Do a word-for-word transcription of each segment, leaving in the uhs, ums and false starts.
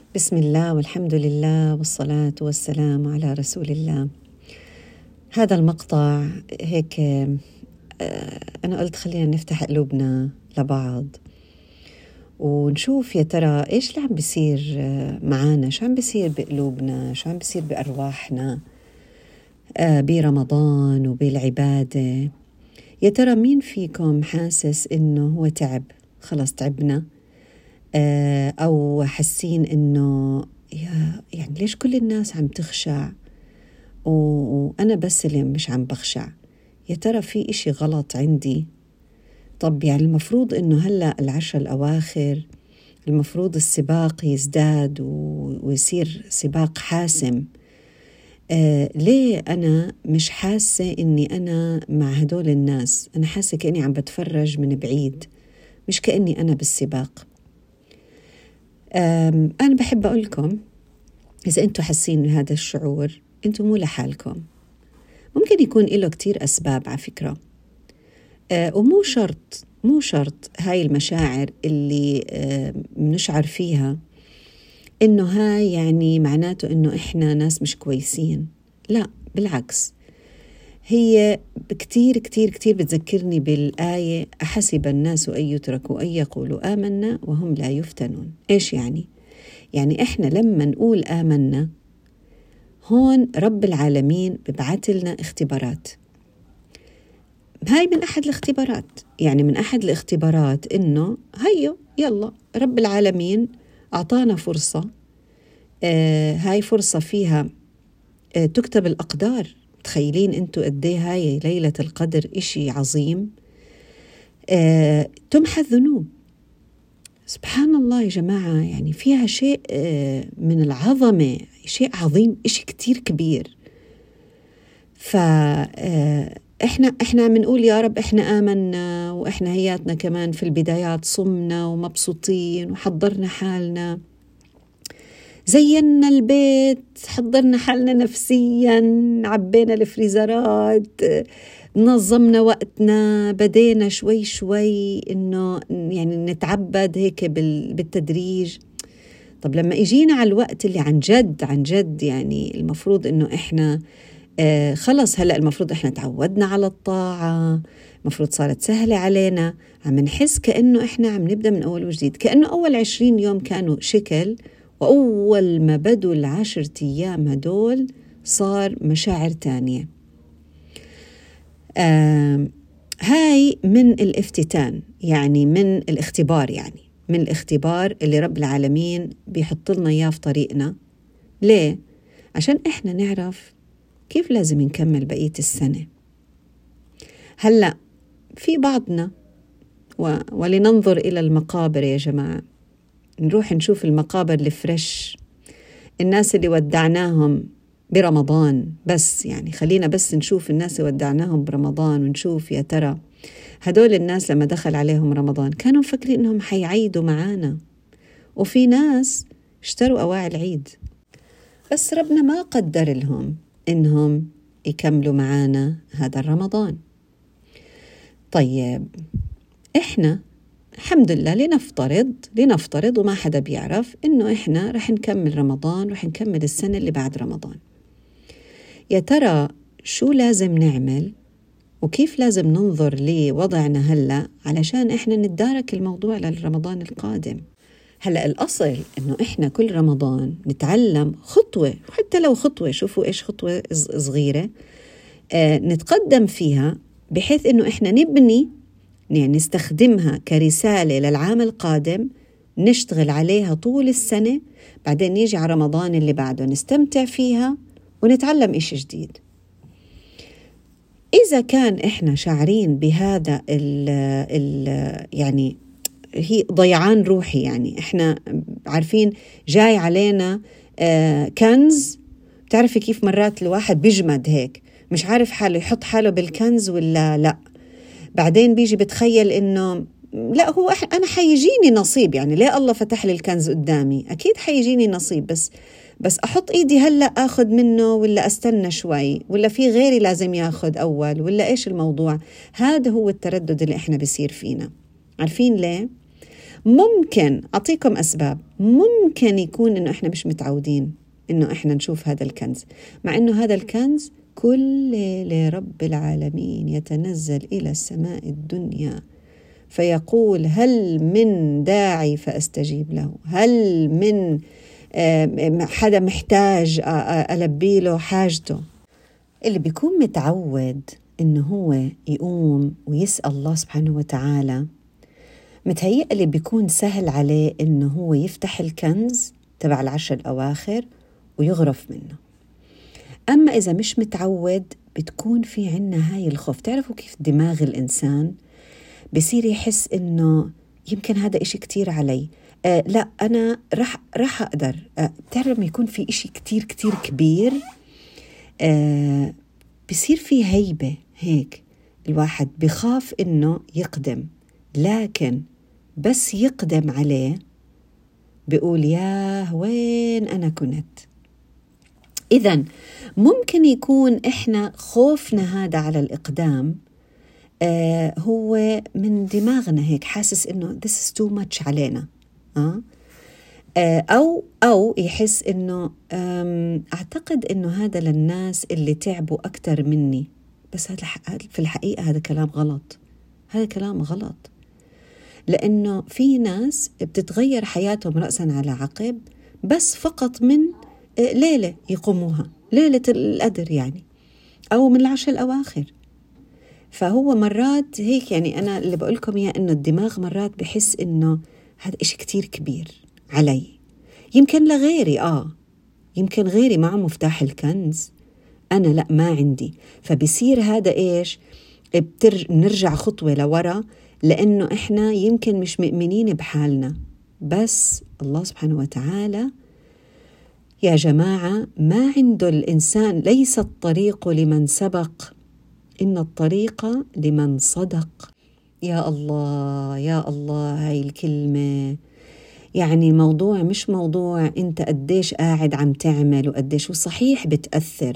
بسم الله والحمد لله والصلاة والسلام على رسول الله. هذا المقطع هيك أنا قلت خلينا نفتح قلوبنا لبعض ونشوف يا ترى إيش اللي عم بيصير معانا، شو عم بيصير بقلوبنا، شو عم بيصير بأرواحنا برمضان وبالعبادة. يا ترى مين فيكم حاسس إنه هو تعب، خلص تعبنا، أو حاسين إنه يا يعني ليش كل الناس عم تخشع وأنا بس اللي مش عم بخشع؟ يا ترى في إشي غلط عندي؟ طب يعني المفروض إنه هلأ العشر الأواخر المفروض السباق يزداد ويصير سباق حاسم. آه ليه أنا مش حاسة إني أنا مع هدول الناس؟ أنا حاسة كأني عم بتفرج من بعيد، مش كأني أنا بالسباق. أنا بحب أقول لكم إذا أنتوا حاسين بهذا الشعور أنتوا مو لحالكم، ممكن يكون له كتير أسباب على فكرة. أه ومو شرط مو شرط هاي المشاعر اللي أه بنشعر فيها إنه هاي يعني معناته إنه إحنا ناس مش كويسين. لا بالعكس، هي كتير كتير كتير بتذكرني بالآية أحسب الناس أن يتركوا أن يقولوا آمنا وهم لا يفتنون. إيش يعني؟ يعني إحنا لما نقول آمنا هون رب العالمين ببعث لنا اختبارات. هاي من أحد الاختبارات، يعني من أحد الاختبارات إنه هيو يلا رب العالمين أعطانا فرصة. آه هاي فرصة فيها آه تكتب الأقدار. تخيلين أنتوا قديه هاي ليلة القدر إشي عظيم. آه تمحى الذنوب. سبحان الله يا جماعة، يعني فيها شيء آه من العظمة، شيء عظيم، إشي كتير كبير. فإحنا إحنا منقول يا رب إحنا آمنا، وإحنا هياتنا كمان في البدايات صمنا ومبسوطين وحضرنا حالنا، زينا البيت، حضرنا حالنا نفسيا، عبينا الفريزرات، نظمنا وقتنا، بدينا شوي شوي إنه يعني نتعبد هيك بالتدريج. طب لما إجينا على الوقت اللي عن جد عن جد يعني المفروض إنه إحنا آه خلص هلأ المفروض إحنا تعودنا على الطاعة، المفروض صارت سهلة علينا، عم نحس كأنه إحنا عم نبدأ من أول وجديد، كأنه أول عشرين يوم كانوا شكل، وأول ما بدوا العشر أيام هدول صار مشاعر تانية. آه هاي من الافتتان، يعني من الاختبار، يعني من الاختبار اللي رب العالمين بيحط لنا إياه في طريقنا. ليه؟ عشان إحنا نعرف كيف لازم نكمل بقية السنة. هلأ في بعضنا و... ولننظر إلى المقابر يا جماعة، نروح نشوف المقابر الفريش، الناس اللي ودعناهم برمضان، بس يعني خلينا بس نشوف الناس اللي ودعناهم برمضان ونشوف يا ترى هدول الناس لما دخل عليهم رمضان كانوا مفكرين إنهم حيعيدوا معانا، وفي ناس اشتروا أواعي العيد، بس ربنا ما قدر لهم إنهم يكملوا معانا هذا الرمضان. طيب إحنا الحمد لله لنفترض لنفترض وما حدا بيعرف إنه إحنا رح نكمل رمضان، رح نكمل السنة اللي بعد رمضان. يا ترى شو لازم نعمل وكيف لازم ننظر لوضعنا هلأ علشان إحنا نتدارك الموضوع للرمضان القادم؟ هلأ الأصل إنه إحنا كل رمضان نتعلم خطوة، حتى لو خطوة، شوفوا إيش خطوة صغيرة آه نتقدم فيها، بحيث إنه إحنا نبني، يعني نستخدمها كرسالة للعام القادم، نشتغل عليها طول السنة، بعدين نيجي على رمضان اللي بعده نستمتع فيها ونتعلم إشي جديد. إذا كان إحنا شاعرين بهذا ال ال يعني هي ضيعان روحي، يعني إحنا عارفين جاي علينا آه كنز، بتعرفي كيف مرات الواحد بيجمد هيك مش عارف حاله يحط حاله بالكنز ولا لا، بعدين بيجي بتخيل إنه لا هو أنا حيجيني نصيب، يعني ليه الله فتح لي الكنز قدامي، أكيد حيجيني نصيب، بس بس أحط إيدي هلأ أخذ منه ولا أستنى شوي، ولا في غيري لازم ياخذ أول، ولا إيش الموضوع؟ هذا هو التردد اللي إحنا بيصير فينا. عارفين ليه؟ ممكن أعطيكم أسباب، ممكن يكون إنه إحنا مش متعودين إنه إحنا نشوف هذا الكنز، مع إنه هذا الكنز كل ليلة رب العالمين يتنزل إلى السماء الدنيا فيقول هل من داعي فأستجيب له، هل من حدا محتاج ألبي له حاجته. اللي بيكون متعود إنه هو يقوم ويسأل الله سبحانه وتعالى، متهيألي بيكون سهل عليه إنه هو يفتح الكنز تبع العشر الأواخر ويغرف منه. أما إذا مش متعود بتكون في عنا هاي الخوف. تعرفوا كيف دماغ الإنسان بصير يحس إنه يمكن هذا إشي كتير علي، آه لا أنا رح, رح أقدر. آه بتعرف لما يكون في إشي كتير كتير كبير آه بصير في هيبة هيك، الواحد بخاف إنه يقدم، لكن بس يقدم عليه بيقول ياه وين أنا كنت. إذن ممكن يكون إحنا خوفنا هذا على الإقدام آه هو من دماغنا هيك حاسس إنه this is too much علينا، آه؟ آه أو أو يحس إنه أعتقد إنه هذا للناس اللي تعبوا أكتر مني، بس هذا في الحقيقة هذا كلام غلط، هذا كلام غلط، لأنه في ناس بتتغير حياتهم رأساً على عقب بس فقط من ليلة يقوموها، ليلة القدر يعني، أو من العشر الأواخر. فهو مرات هيك يعني أنا اللي بقولكم إياه إنه الدماغ مرات بحس إنه هذا إشي كتير كبير علي، يمكن لغيري آه يمكن غيري معه مفتاح الكنز، أنا لا ما عندي. فبصير هذا إيش بتر... نرجع خطوة لورا، لأنه إحنا يمكن مش مؤمنين بحالنا. بس الله سبحانه وتعالى يا جماعة ما عنده الإنسان، ليس الطريق لمن سبق إن الطريق لمن صدق. يا الله يا الله، هاي الكلمة يعني موضوع مش موضوع أنت قديش قاعد عم تعمل وقديش، وصحيح بتأثر،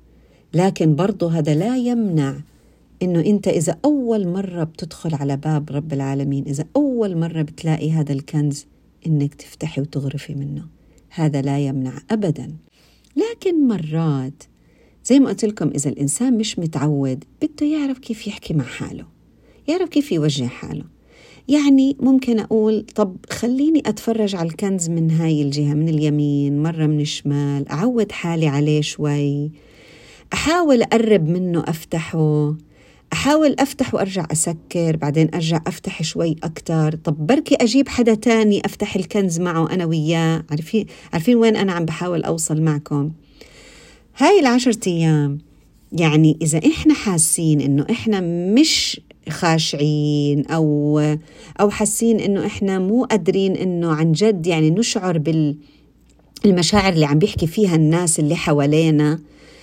لكن برضو هذا لا يمنع إنه أنت إذا أول مرة بتدخل على باب رب العالمين، إذا أول مرة بتلاقي هذا الكنز إنك تفتحي وتغرفي منه، هذا لا يمنع أبدا. لكن مرات زي ما قلت لكم إذا الإنسان مش متعود بده يعرف كيف يحكي مع حاله، يعرف كيف يوجه حاله. يعني ممكن أقول طب خليني أتفرج على الكنز من هاي الجهة، من اليمين مرة من الشمال، أعود حالي عليه شوي، أحاول أقرب منه أفتحه، أحاول أفتح وأرجع أسكر، بعدين أرجع أفتح شوي أكتر، طب بركي أجيب حدا تاني أفتح الكنز معه أنا وياه. عارفين عارفين وين أنا عم بحاول أوصل معكم؟ هاي العشرة أيام يعني إذا إحنا حاسين إنه إحنا مش خاشعين أو أو حاسين إنه إحنا مو قادرين إنه عن جد يعني نشعر بالمشاعر اللي عم بيحكي فيها الناس اللي حوالينا،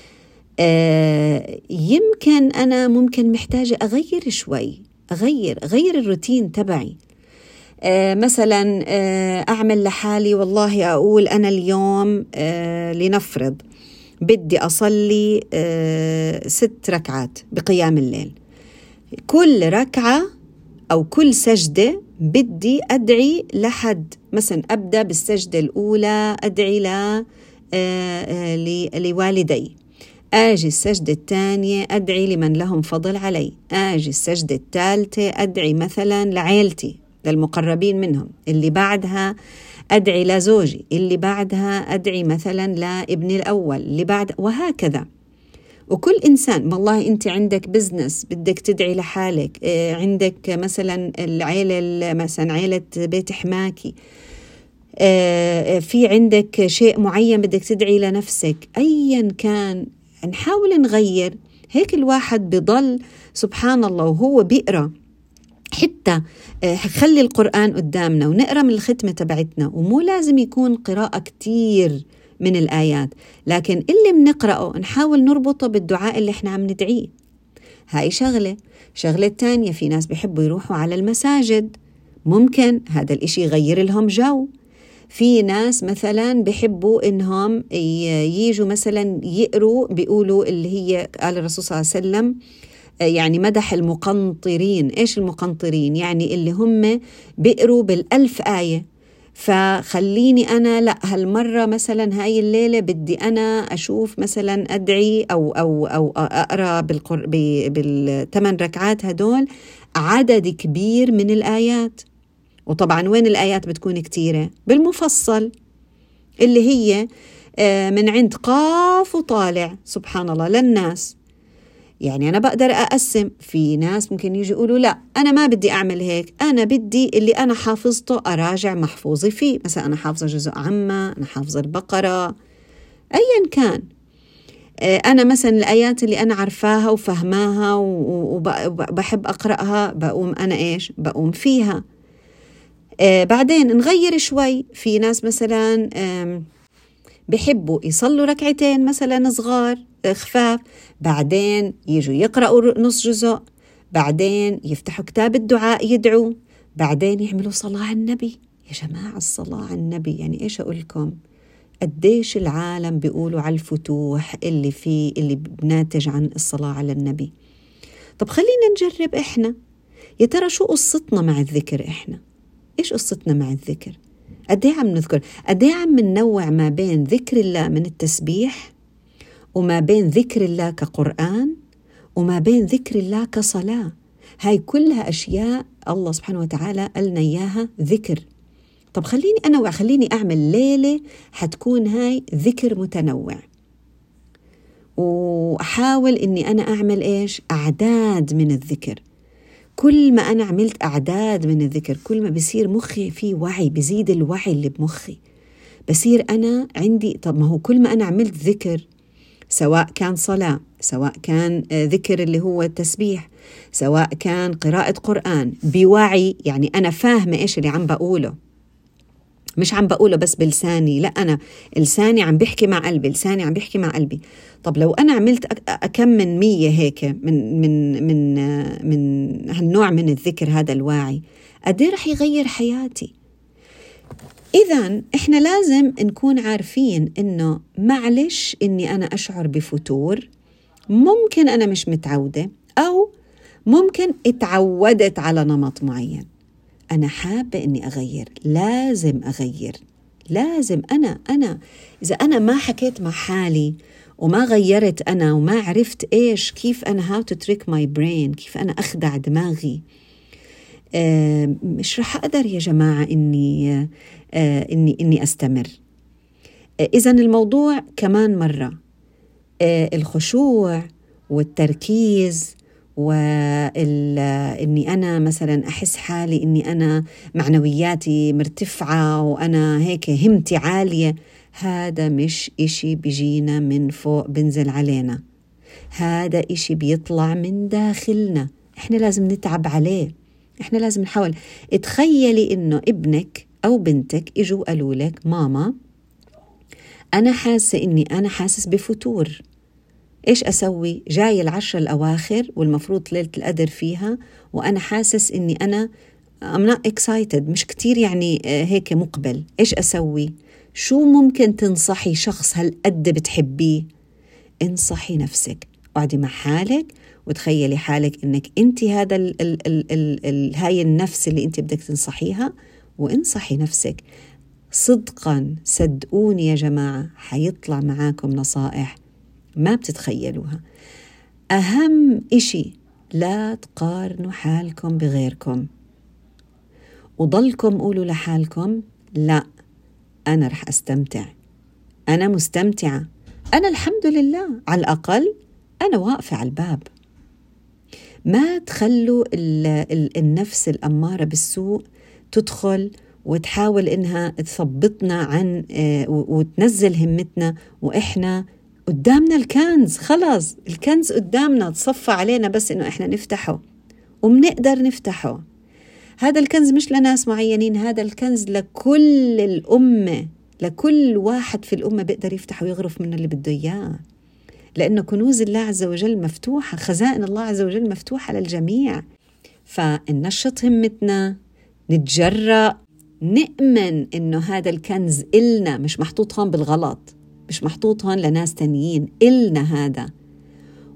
آه يمكن أنا ممكن محتاجة أغير شوي، أغير أغير الروتين تبعي. آه مثلا آه أعمل لحالي والله أقول أنا اليوم آه لنفرض بدي أصلي آه ست ركعات بقيام الليل، كل ركعة أو كل سجدة بدي أدعي لحد، مثلا أبدأ بالسجدة الأولى أدعي ل آه لوالدي، آجي السجدة الثانية أدعي لمن لهم فضل علي، آجي السجدة الثالثة أدعي مثلا لعائلتي للمقربين منهم، اللي بعدها أدعي لزوجي، اللي بعدها أدعي مثلا لابني الأول، اللي بعد وهكذا. وكل إنسان والله أنت عندك بزنس بدك تدعي لحالك، عندك مثلا العائلة مثلا عائلة بيت حماكي، في عندك شيء معين بدك تدعي لنفسك، أيا كان نحاول نغير. هيك الواحد بضل سبحان الله وهو بيقرأ، حتى خلي القرآن قدامنا ونقرأ من الختمة تبعتنا، ومو لازم يكون قراءة كتير من الآيات، لكن اللي بنقرأه نحاول نربطه بالدعاء اللي احنا عم ندعيه. هاي شغلة. شغلة تانية، في ناس بيحبوا يروحوا على المساجد، ممكن هذا الاشي يغير لهم جو. في ناس مثلا بيحبوا انهم ييجوا مثلا يقروا، بيقولوا اللي هي قال الرسول صلى الله عليه وسلم يعني مدح المقنطرين. إيش المقنطرين؟ يعني اللي هم بيقروا بالألف آية. فخليني أنا لا هالمرة مثلا هاي الليلة بدي أنا أشوف مثلا أدعي أو أو أو أقرأ بالقر... بالثمان ركعات هدول عدد كبير من الآيات. وطبعا وين الآيات بتكون كتيرة؟ بالمفصل اللي هي من عند قاف وطالع سبحان الله للناس. يعني أنا بقدر أقسم. في ناس ممكن يجي يقولوا لا أنا ما بدي أعمل هيك، أنا بدي اللي أنا حافظته أراجع محفوظي فيه. مثلا أنا حافظة جزء عامة، أنا حافظة البقرة، أيا كان. أنا مثلا الآيات اللي أنا عارفاها وفهماها وبحب أقرأها بقوم أنا إيش بقوم فيها. بعدين نغير شوي. في ناس مثلا بحبوا يصلوا ركعتين مثلا صغار خفاف، بعدين يجوا يقرأوا نص جزء، بعدين يفتحوا كتاب الدعاء يدعوا، بعدين يعملوا صلاة على النبي. يا جماعة الصلاة على النبي يعني إيش أقول لكم؟ قديش العالم بيقولوا على الفتوح اللي فيه اللي بناتج عن الصلاة على النبي. طب خلينا نجرب إحنا، يا ترى شو قصتنا مع الذكر؟ إحنا إيش قصتنا مع الذكر؟ قد ايه عم نذكر؟ قد ايه عم ننوع ما بين ذكر الله من التسبيح، وما بين ذكر الله كقرآن، وما بين ذكر الله كصلاة. هاي كلها أشياء الله سبحانه وتعالى قالنا إياها ذكر. طب خليني أنوع، خليني أعمل ليلة حتكون هاي ذكر متنوع، وأحاول إني أنا أعمل إيش؟ أعداد من الذكر. كل ما أنا عملت أعداد من الذكر كل ما بصير مخي فيه وعي، بزيد الوعي اللي بمخي، بصير أنا عندي. طب ما هو كل ما أنا عملت ذكر، سواء كان صلاة، سواء كان ذكر اللي هو التسبيح، سواء كان قراءة قرآن بوعي، يعني أنا فاهمة إيش اللي عم بقوله، مش عم بقوله بس بلساني، لا أنا لساني عم بيحكي مع قلبي، لساني عم بيحكي مع قلبي. طب لو أنا عملت أكم من مية هيك من من من من هالنوع من الذكر هذا الواعي، قد إيه رح يغير حياتي. إذن إحنا لازم نكون عارفين إنه معلش إني أنا أشعر بفتور، ممكن أنا مش متعودة، أو ممكن اتعودت على نمط معين. أنا حابة إني أغير، لازم أغير، لازم أنا أنا إذا أنا ما حكيت مع حالي وما غيرت أنا وما عرفت إيش كيف أنا how to trick my brain، كيف أنا أخدع دماغي، آه مش رح أقدر يا جماعة إني آه إني إني أستمر. آه إذن الموضوع كمان مرة آه الخشوع والتركيز، وإني أنا مثلا أحس حالي إني أنا معنوياتي مرتفعة وأنا هيك همتي عالية، هذا مش إشي بيجينا من فوق بنزل علينا، هذا إشي بيطلع من داخلنا، إحنا لازم نتعب عليه، إحنا لازم نحاول. اتخيلي إنه ابنك أو بنتك إجوا قالوا لك ماما أنا حاسة إني أنا حاسس بفتور، إيش أسوي؟ جاي العشر الأواخر والمفروض ليلة القدر فيها، وأنا حاسس إني أنا I'm not excited، مش كتير يعني هيك مقبل، إيش أسوي؟ شو ممكن تنصحي شخص هالقد بتحبيه؟ انصحي نفسك، اقعدي مع حالك وتخيلي حالك إنك أنت هذا ال ال ال ال ال هاي النفس اللي أنت بدك تنصحيها، وانصحي نفسك صدقاً. صدقوني يا جماعة حيطلع معاكم نصائح ما بتتخيلوها. أهم إشي لا تقارنوا حالكم بغيركم، وضلكم قولوا لحالكم لا أنا رح أستمتع، أنا مستمتعة، أنا الحمد لله على الأقل أنا واقفة على الباب. ما تخلوا ال ال النفس الأمارة بالسوء تدخل وتحاول إنها تثبطنا عن وتنزل همتنا، وإحنا قدامنا الكنز، خلاص الكنز قدامنا تصفى علينا بس إنه إحنا نفتحه، ومنقدر نفتحه. هذا الكنز مش لناس معينين، هذا الكنز لكل الأمة، لكل واحد في الأمة بيقدر يفتح ويغرف من اللي بده إياه، لأنه كنوز الله عز وجل مفتوحة، خزائن الله عز وجل مفتوحة للجميع. فننشط همتنا، نتجرأ، نؤمن إنه هذا الكنز إلنا، مش محطوط هون بالغلط، مش محطوط هون لناس تانيين، إلنا هذا.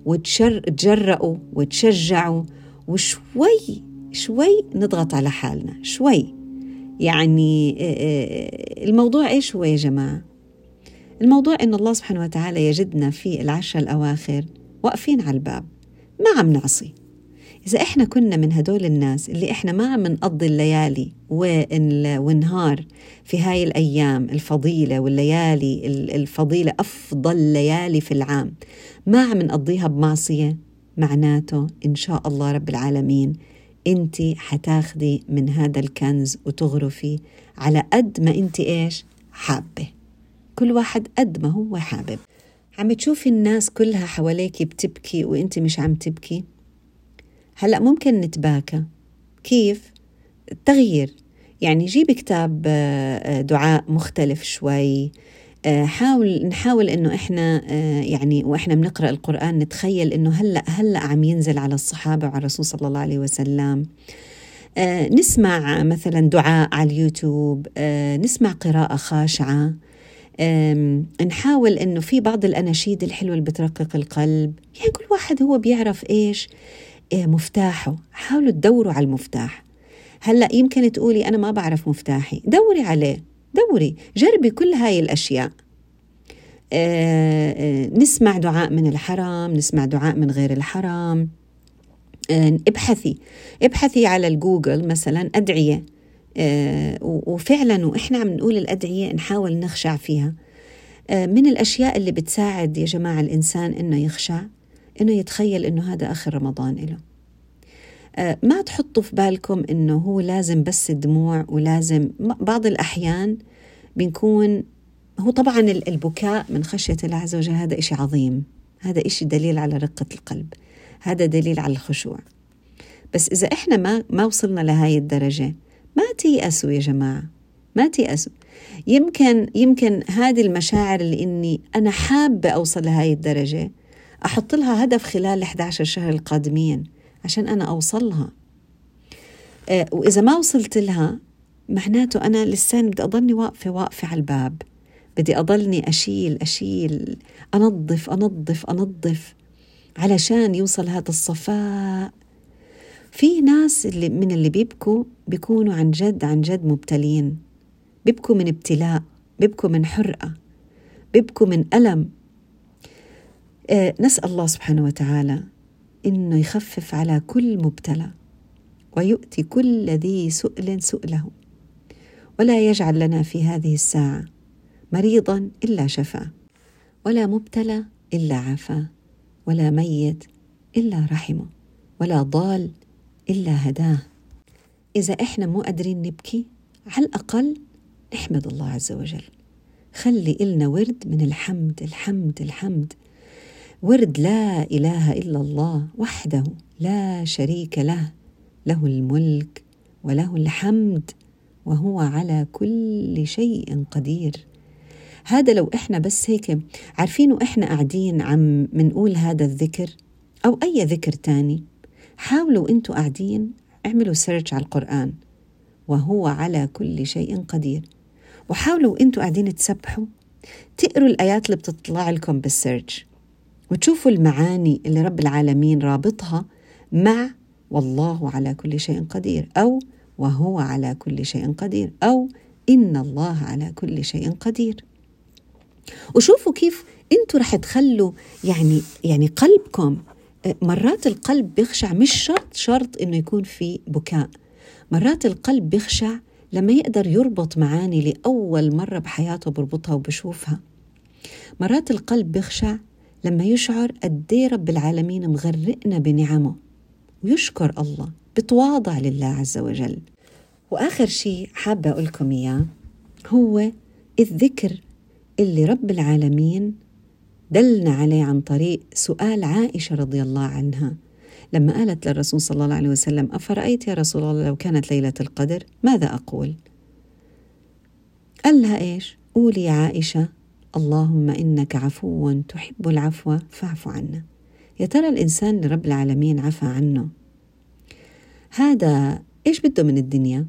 وتجرأوا وتشجعوا، وشوي شوي نضغط على حالنا شوي. يعني الموضوع إيش هو يا جماعة؟ الموضوع إن الله سبحانه وتعالى يجدنا في العشر الأواخر واقفين على الباب ما عم نعصي. إذا إحنا كنا من هدول الناس اللي إحنا ما عم نقضي الليالي والنهار في هاي الأيام الفضيلة والليالي الفضيلة أفضل ليالي في العام ما عم نقضيها بمعصية، معناته إن شاء الله رب العالمين أنتي حتاخدي من هذا الكنز وتغرفي على قد ما أنتي إيش حابة. كل واحد قد ما هو حابب. عم تشوفي الناس كلها حواليك بتبكي وأنتي مش عم تبكي. هلأ ممكن نتباكى. كيف؟ التغيير. يعني جيب كتاب دعاء مختلف شوي، حاول نحاول إنه إحنا يعني وإحنا بنقرأ القرآن نتخيل إنه هلأ هلأ عم ينزل على الصحابة وعلى الرسول صلى الله عليه وسلم. نسمع مثلا دعاء على اليوتيوب، نسمع قراءة خاشعة، نحاول إنه في بعض الأناشيد الحلوة اللي بترقق القلب. يعني كل واحد هو بيعرف إيش مفتاحه، حاولوا تدوروا على المفتاح. هلأ يمكن تقولي أنا ما بعرف مفتاحي، دوري عليه، دوري جربي كل هاي الأشياء. آآ آآ نسمع دعاء من الحرم، نسمع دعاء من غير الحرم. ابحثي ابحثي على الجوجل مثلا أدعية، وفعلا وإحنا عم نقول الأدعية نحاول نخشع فيها. من الأشياء اللي بتساعد يا جماعة الإنسان إنه يخشع، إنه يتخيل إنه هذا آخر رمضان إله. ما تحطوا في بالكم إنه هو لازم بس الدموع، ولازم بعض الأحيان بنكون هو طبعا البكاء من خشية الله عز وجل هذا إشي عظيم، هذا إشي دليل على رقة القلب، هذا دليل على الخشوع. بس إذا إحنا ما ما وصلنا لهاي الدرجة ما تيأسوا يا جماعة، ما تيأسوا. يمكن يمكن هذه المشاعر اللي إني أنا حابة أوصل لهاي الدرجة أحط لها هدف خلال إحدى عشر شهر القادمين عشان أنا أوصلها. أه وإذا ما وصلت لها معناته أنا لسان بدي أضلني واقفة واقفة على الباب، بدي أضلني أشيل أشيل أنظف أنظف أنظف علشان يوصل هذا الصفاء. في ناس اللي من اللي بيبكوا بيكونوا عن جد عن جد مبتلين، بيبكوا من ابتلاء، بيبكوا من حرقة، بيبكوا من ألم. أه نسأل الله سبحانه وتعالى إنه يخفف على كل مبتلى ويؤتي كل ذي سؤل سؤله، ولا يجعل لنا في هذه الساعة مريضا إلا شفاه، ولا مبتلى إلا عافاه، ولا ميت إلا رحمه، ولا ضال إلا هداه. إذا إحنا مو قادرين نبكي على الأقل نحمد الله عز وجل. خلي إلنا ورد من الحمد الحمد الحمد، ورد لا إله إلا الله وحده لا شريك له، له الملك وله الحمد وهو على كل شيء قدير. هذا لو إحنا بس هيك عارفين وإحنا قاعدين عم منقول هذا الذكر أو أي ذكر تاني، حاولوا أنتوا قاعدين اعملوا سيرش على القرآن وهو على كل شيء قدير، وحاولوا أنتوا قاعدين تسبحوا تقروا الآيات اللي بتطلع لكم بالسيرش وتشوفوا المعاني اللي رب العالمين رابطها مع والله على كل شيء قدير، أو وهو على كل شيء قدير، أو إن الله على كل شيء قدير. وشوفوا كيف أنتوا رح تخلوا يعني يعني قلبكم، مرات القلب بيخشع مش شرط شرط إنه يكون في بكاء، مرات القلب بيخشع لما يقدر يربط معاني لأول مرة بحياته بربطها وبشوفها. مرات القلب بيخشع لما يشعر قديه رب العالمين مغرقنا بنعمه ويشكر الله، بتواضع لله عز وجل. وآخر شيء حابة أقول لكم إياه هو الذكر اللي رب العالمين دلنا عليه عن طريق سؤال عائشة رضي الله عنها لما قالت للرسول صلى الله عليه وسلم: أفرأيت يا رسول الله لو كانت ليلة القدر ماذا أقول؟ قال لها إيش؟ قولي يا عائشة اللهم إنك عفو تحب العفو فاعف عنا. يا ترى الإنسان اللي رب العالمين عفى عنه هذا إيش بده من الدنيا؟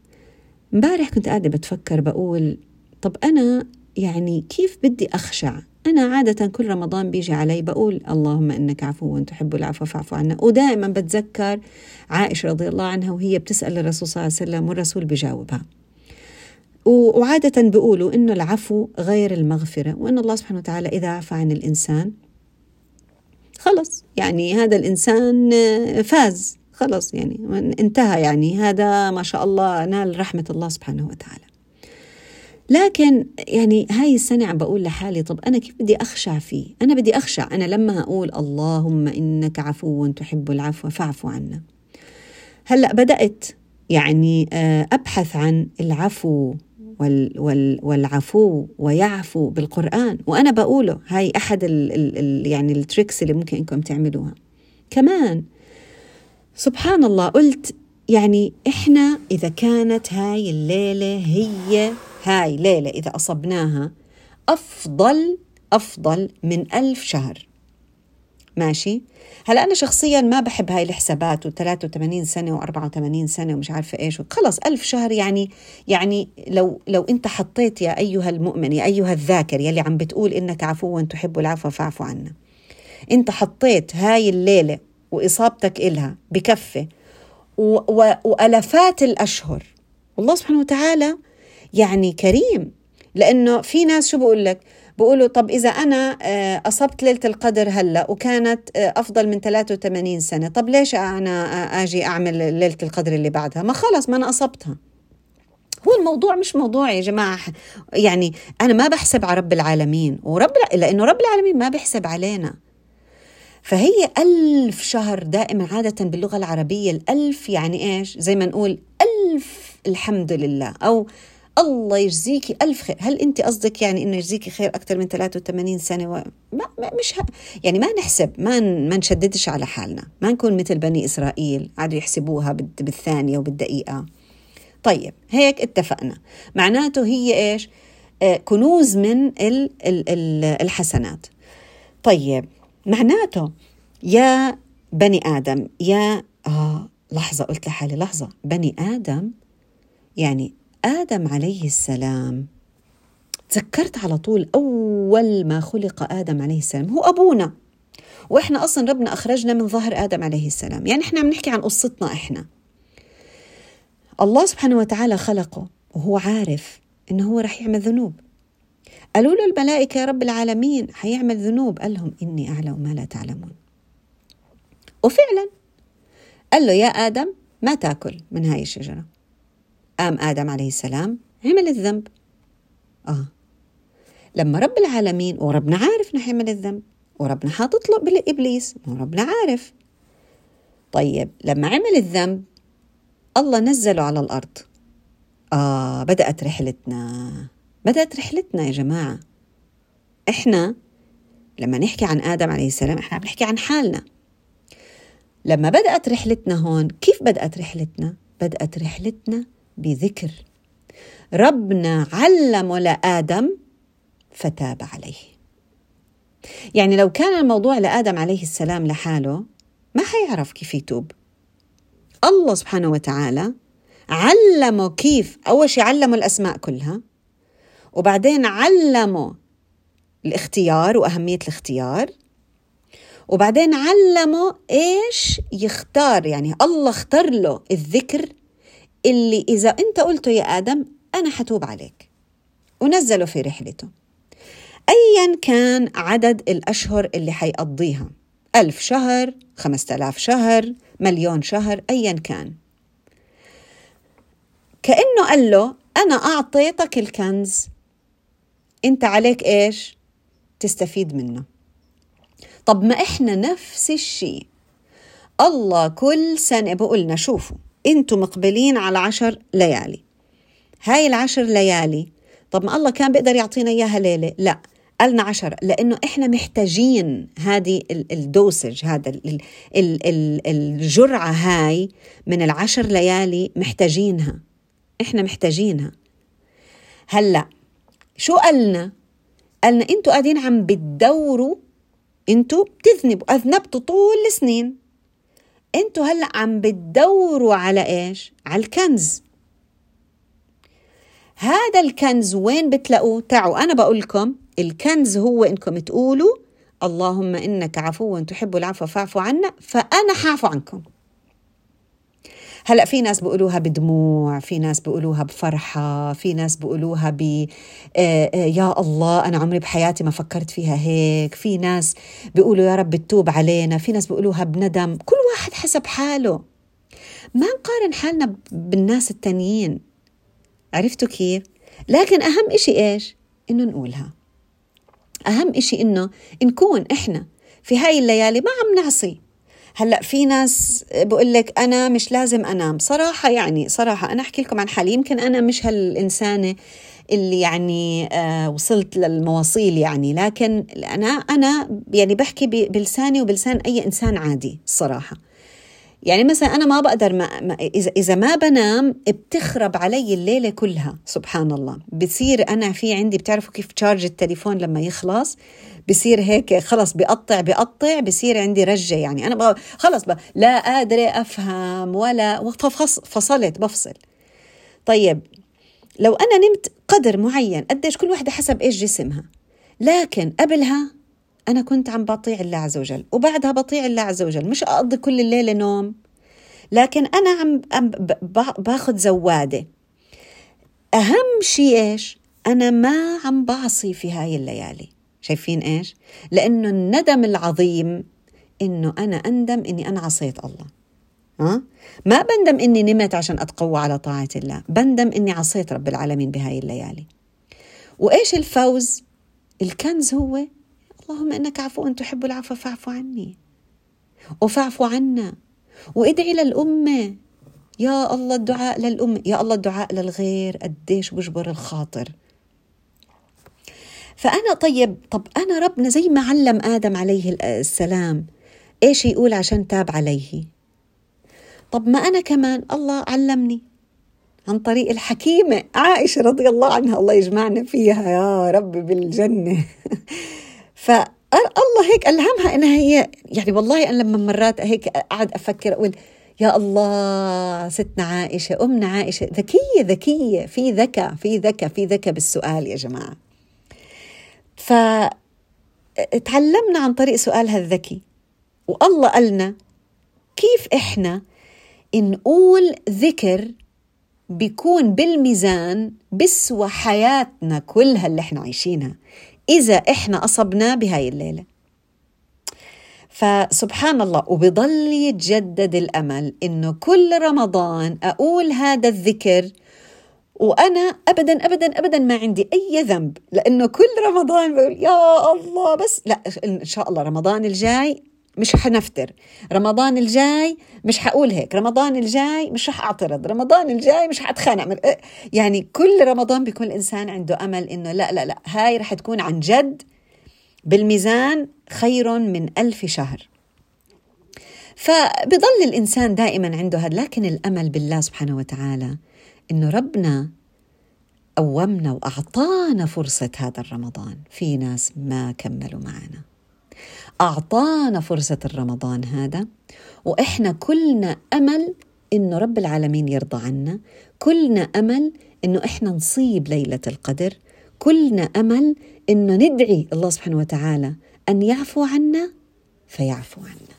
امبارح كنت قاعدة بتفكر بقول طب أنا يعني كيف بدي أخشع أنا عادة كل رمضان بيجي علي بقول اللهم إنك عفو تحب العفو فاعف عنا، ودائما بتذكر عائشة رضي الله عنها وهي بتسأل الرسول صلى الله عليه وسلم والرسول بيجاوبها. وعادة بيقولوا إنه العفو غير المغفرة، وإن الله سبحانه وتعالى إذا عفى عن الإنسان خلص يعني هذا الإنسان فاز خلص، يعني انتهى، يعني هذا ما شاء الله نال رحمة الله سبحانه وتعالى. لكن يعني هاي السنة عم بقول لحالي طب أنا كيف بدي أخشع فيه؟ أنا بدي أخشع أنا لما أقول اللهم إنك عفو تحب العفو فاعف عنا. هلأ بدأت يعني أبحث عن العفو وال وال والعفو ويعفو بالقرآن، وأنا بقوله هاي أحد ال ال يعني التريكس اللي ممكن إنكم تعملوها. كمان سبحان الله قلت يعني إحنا إذا كانت هاي الليلة هي هاي ليلة إذا أصبناها أفضل أفضل من ألف شهر، ماشي. هلأ أنا شخصياً ما بحب هاي الحسابات وثلاثة وثمانين سنة وأربعة وثمانين سنة ومش عارفة إيش، خلص ألف شهر يعني يعني لو لو أنت حطيت يا أيها المؤمن يا أيها الذاكر يلي عم بتقول إنك عفو تحب العفو فاعف عنا، أنت حطيت هاي الليلة وإصابتك إلها بكفة وألفات الأشهر، والله سبحانه وتعالى يعني كريم. لأنه في ناس شو بقول لك بقولوا طب إذا أنا أصبت ليلة القدر هلأ وكانت أفضل من ثلاثة وثمانين سنة، طب ليش أنا أجي أعمل ليلة القدر اللي بعدها؟ ما خلص ما أنا أصبتها. هو الموضوع مش موضوع يا جماعة، يعني أنا ما بحسب على رب العالمين ورب لأنه رب العالمين ما بيحسب علينا. فهي ألف شهر دائما عادة باللغة العربية الألف يعني إيش؟ زي ما نقول ألف الحمد لله أو الله يجزيكي ألف خير. هل أنت قصدك يعني إنه يجزيكي خير أكثر من ثلاثة وثمانين سنة؟ و... ما... ما مش ه... يعني ما نحسب، ما ن... ما نشددش على حالنا، ما نكون مثل بني إسرائيل عادوا يحسبوها بال... بالثانية وبالدقيقة. طيب هيك اتفقنا، معناته هي إيش؟ آه كنوز من ال... ال... ال... الحسنات. طيب معناته يا بني آدم يا آه لحظة قلت لحالي لحظة بني آدم يعني آدم عليه السلام، تذكرت على طول أول ما خلق آدم عليه السلام هو أبونا، وإحنا أصلا ربنا أخرجنا من ظهر آدم عليه السلام، يعني إحنا عم نحكي عن قصتنا إحنا. الله سبحانه وتعالى خلقه وهو عارف إنه هو رح يعمل ذنوب. قالوا له الملائكة يا رب العالمين حيعمل ذنوب، قال لهم إني أعلم ما لا تعلمون. وفعلا قال له يا آدم ما تأكل من هاي الشجرة. قام آدم عليه السلام عمل الذنب. آه لما رب العالمين وربنا عارف إنه حيعمل الذنب وربنا حاطط له بالإبليس وربنا عارف. طيب لما عمل الذنب الله نزله على الأرض. آه بدأت رحلتنا بدأت رحلتنا يا جماعة. إحنا لما نحكي عن آدم عليه السلام إحنا بنحكي عن حالنا. لما بدأت رحلتنا هون، كيف بدأت رحلتنا؟ بدأت رحلتنا بذكر ربنا علم لآدم فتاب عليه. يعني لو كان الموضوع لآدم عليه السلام لحاله ما حيعرف كيف يتوب. الله سبحانه وتعالى علمه كيف، أول شيء علمه الأسماء كلها، وبعدين علمه الاختيار وأهمية الاختيار، وبعدين علمه إيش يختار. يعني الله اختار له الذكر اللي إذا أنت قلته يا آدم أنا حتوب عليك، ونزله في رحلته أيا كان عدد الأشهر اللي حيقضيها، ألف شهر، خمسة آلاف شهر، مليون شهر، أيا كان. كأنه قال له أنا أعطيتك الكنز، أنت عليك إيش؟ تستفيد منه. طب ما إحنا نفس الشيء، الله كل سنة بقولنا شوفوا أنتم مقبلين على عشر ليالي، هاي العشر ليالي طب ما الله كان بيقدر يعطينا إياها ليلة، لا قالنا عشر، لأنه إحنا محتاجين هذه الدوسج، هذا الجرعة هاي من العشر ليالي محتاجينها، إحنا محتاجينها. هلأ شو قالنا؟ قالنا أنتوا قاعدين عم بتدوروا، أنتوا بتذنبوا، أذنبتوا طول السنين، أنتوا هلأ عم بتدوروا على إيش؟ على الكنز. هذا الكنز وين بتلاقوه؟ تعوا أنا بقول لكم الكنز هو إنكم تقولوا اللهم إنك عفو تحب العفو فاعف عنا، فأنا حاعفو عنكم. هلأ في ناس بيقولوها بدموع، في ناس بيقولوها بفرحة، في ناس بيقولوها ب يا الله أنا عمري بحياتي ما فكرت فيها هيك، في ناس بيقولوا يا رب تتوب علينا، في ناس بيقولوها بندم. كل واحد حسب حاله، ما نقارن حالنا بالناس التانيين. عرفتوا كيف؟ لكن أهم إشي إيش؟ إنه نقولها. أهم إشي إنه نكون إحنا في هاي الليالي ما عم نعصي. هلأ في ناس بقولك أنا مش لازم أنام. صراحة يعني صراحة أنا أحكي لكم عن حالي، يمكن أنا مش هالإنسانة اللي يعني آه وصلت للمواصيل يعني، لكن أنا أنا يعني بحكي بلساني وبلسان أي إنسان عادي الصراحة. يعني مثلا أنا ما بقدر ما ما إذا إذا ما بنام بتخرب علي الليلة كلها. سبحان الله، بصير أنا في عندي، بتعرفوا كيف تشارج التليفون لما يخلص بصير هيك خلص بيقطع بيقطع بصير عندي رجة. يعني أنا بقى خلص بقى لا قادرة أفهم ولا فصلت بفصل. طيب لو أنا نمت قدر معين، قديش كل واحدة حسب إيش جسمها، لكن قبلها أنا كنت عم بطيع الله عز وجل وبعدها بطيع الله عز وجل، مش أقضي كل الليلة نوم، لكن أنا عم, عم باخد زوادة. أهم شيء إيش؟ أنا ما عم بعصي في هاي الليالي. شايفين إيش؟ لأنه الندم العظيم إنه أنا أندم إني أنا عصيت الله. ها؟ ما بندم إني نمت عشان أتقوى على طاعة الله، بندم إني عصيت رب العالمين بهاي الليالي. وإيش الفوز؟ الكنز هو اللهم إنك عفو تحب العفو فاعف عني وفاعف عنا. وادعي للأمة، يا الله الدعاء للأمة، يا الله الدعاء للغير قديش بجبر الخاطر. فأنا طيب طب أنا ربنا زي ما علم آدم عليه السلام إيش يقول عشان تاب عليه، طب ما أنا كمان الله علمني عن طريق الحكيمة عائشة رضي الله عنها، الله يجمعنا فيها يا رب بالجنة. فالله هيك ألهمها إنها هي يعني، والله أنا لما مرات هيك قاعد أفكر أقول يا الله ستنا عائشة أمنا عائشة ذكية ذكية، في ذكاء في ذكاء في ذكاء بالسؤال يا جماعة. فتعلمنا عن طريق سؤالها الذكي، والله قالنا كيف إحنا نقول ذكر بيكون بالميزان بسوى حياتنا كلها اللي إحنا عايشينها إذا إحنا أصبنا بهاي الليلة. فسبحان الله، وبضل يتجدد الأمل إنه كل رمضان أقول هذا الذكر وأنا أبداً أبداً أبداً ما عندي أي ذنب، لأنه كل رمضان بقول يا الله بس لا إن شاء الله رمضان الجاي مش حنفتر، رمضان الجاي مش حقول هيك، رمضان الجاي مش رح أعترض، رمضان الجاي مش حأتخانق. يعني كل رمضان بيكون الإنسان عنده أمل إنه لا لا لا هاي رح تكون عن جد بالميزان خير من ألف شهر. فبضل الإنسان دائما عنده هذا، لكن الأمل بالله سبحانه وتعالى إنه ربنا قومنا وأعطانا فرصة هذا الرمضان. في ناس ما كملوا معنا، أعطانا فرصة الرمضان هذا، وإحنا كلنا أمل إنه رب العالمين يرضى عنا، كلنا أمل إنه إحنا نصيب ليلة القدر، كلنا أمل إنه ندعي الله سبحانه وتعالى أن يعفو عنا فيعفو عنا.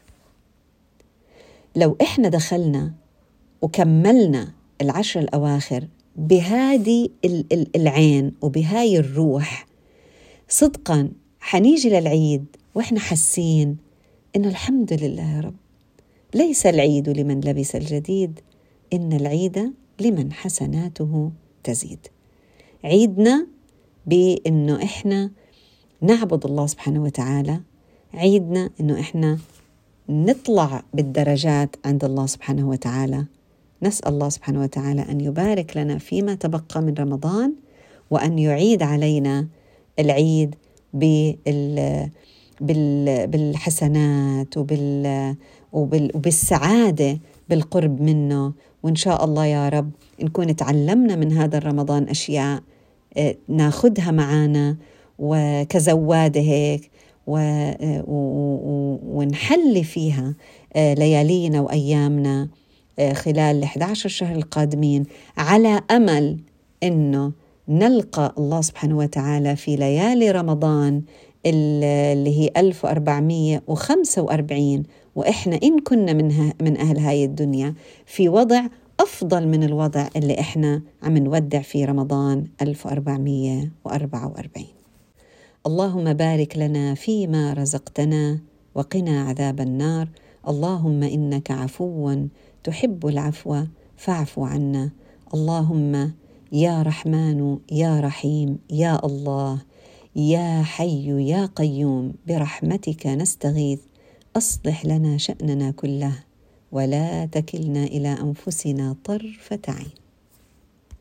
لو إحنا دخلنا وكملنا العشر الأواخر بهذه العين وبهاي الروح، صدقاً حنيجي للعيد وإحنا حاسين إنه الحمد لله يا رب، ليس العيد لمن لبس الجديد، إن العيد لمن حسناته تزيد. عيدنا بإنه إحنا نعبد الله سبحانه وتعالى، عيدنا إنه إحنا نطلع بالدرجات عند الله سبحانه وتعالى. نسأل الله سبحانه وتعالى أن يبارك لنا فيما تبقى من رمضان، وأن يعيد علينا العيد بال بالحسنات وبال وبالسعادة بالقرب منه. وإن شاء الله يا رب نكون تعلمنا من هذا الرمضان أشياء ناخدها معانا وكزوادة هيك ونحلي فيها ليالينا وأيامنا خلال الأحد عشر شهر القادمين، على أمل إنه نلقى الله سبحانه وتعالى في ليالي رمضان اللي هي ألف وأربعمية وخمسة وأربعين، وإحنا إن كنا منها من أهل هاي الدنيا في وضع أفضل من الوضع اللي إحنا عم نودع في رمضان ألف وأربعمية وأربعة وأربعين. اللهم بارك لنا فيما رزقتنا وقنا عذاب النار. اللهم إنك عفو تحب العفو فاعف عنا. اللهم يا رحمن يا رحيم يا الله يا حي يا قيوم برحمتك نستغيث، أصلح لنا شأننا كله ولا تكلنا إلى أنفسنا طرفة عين.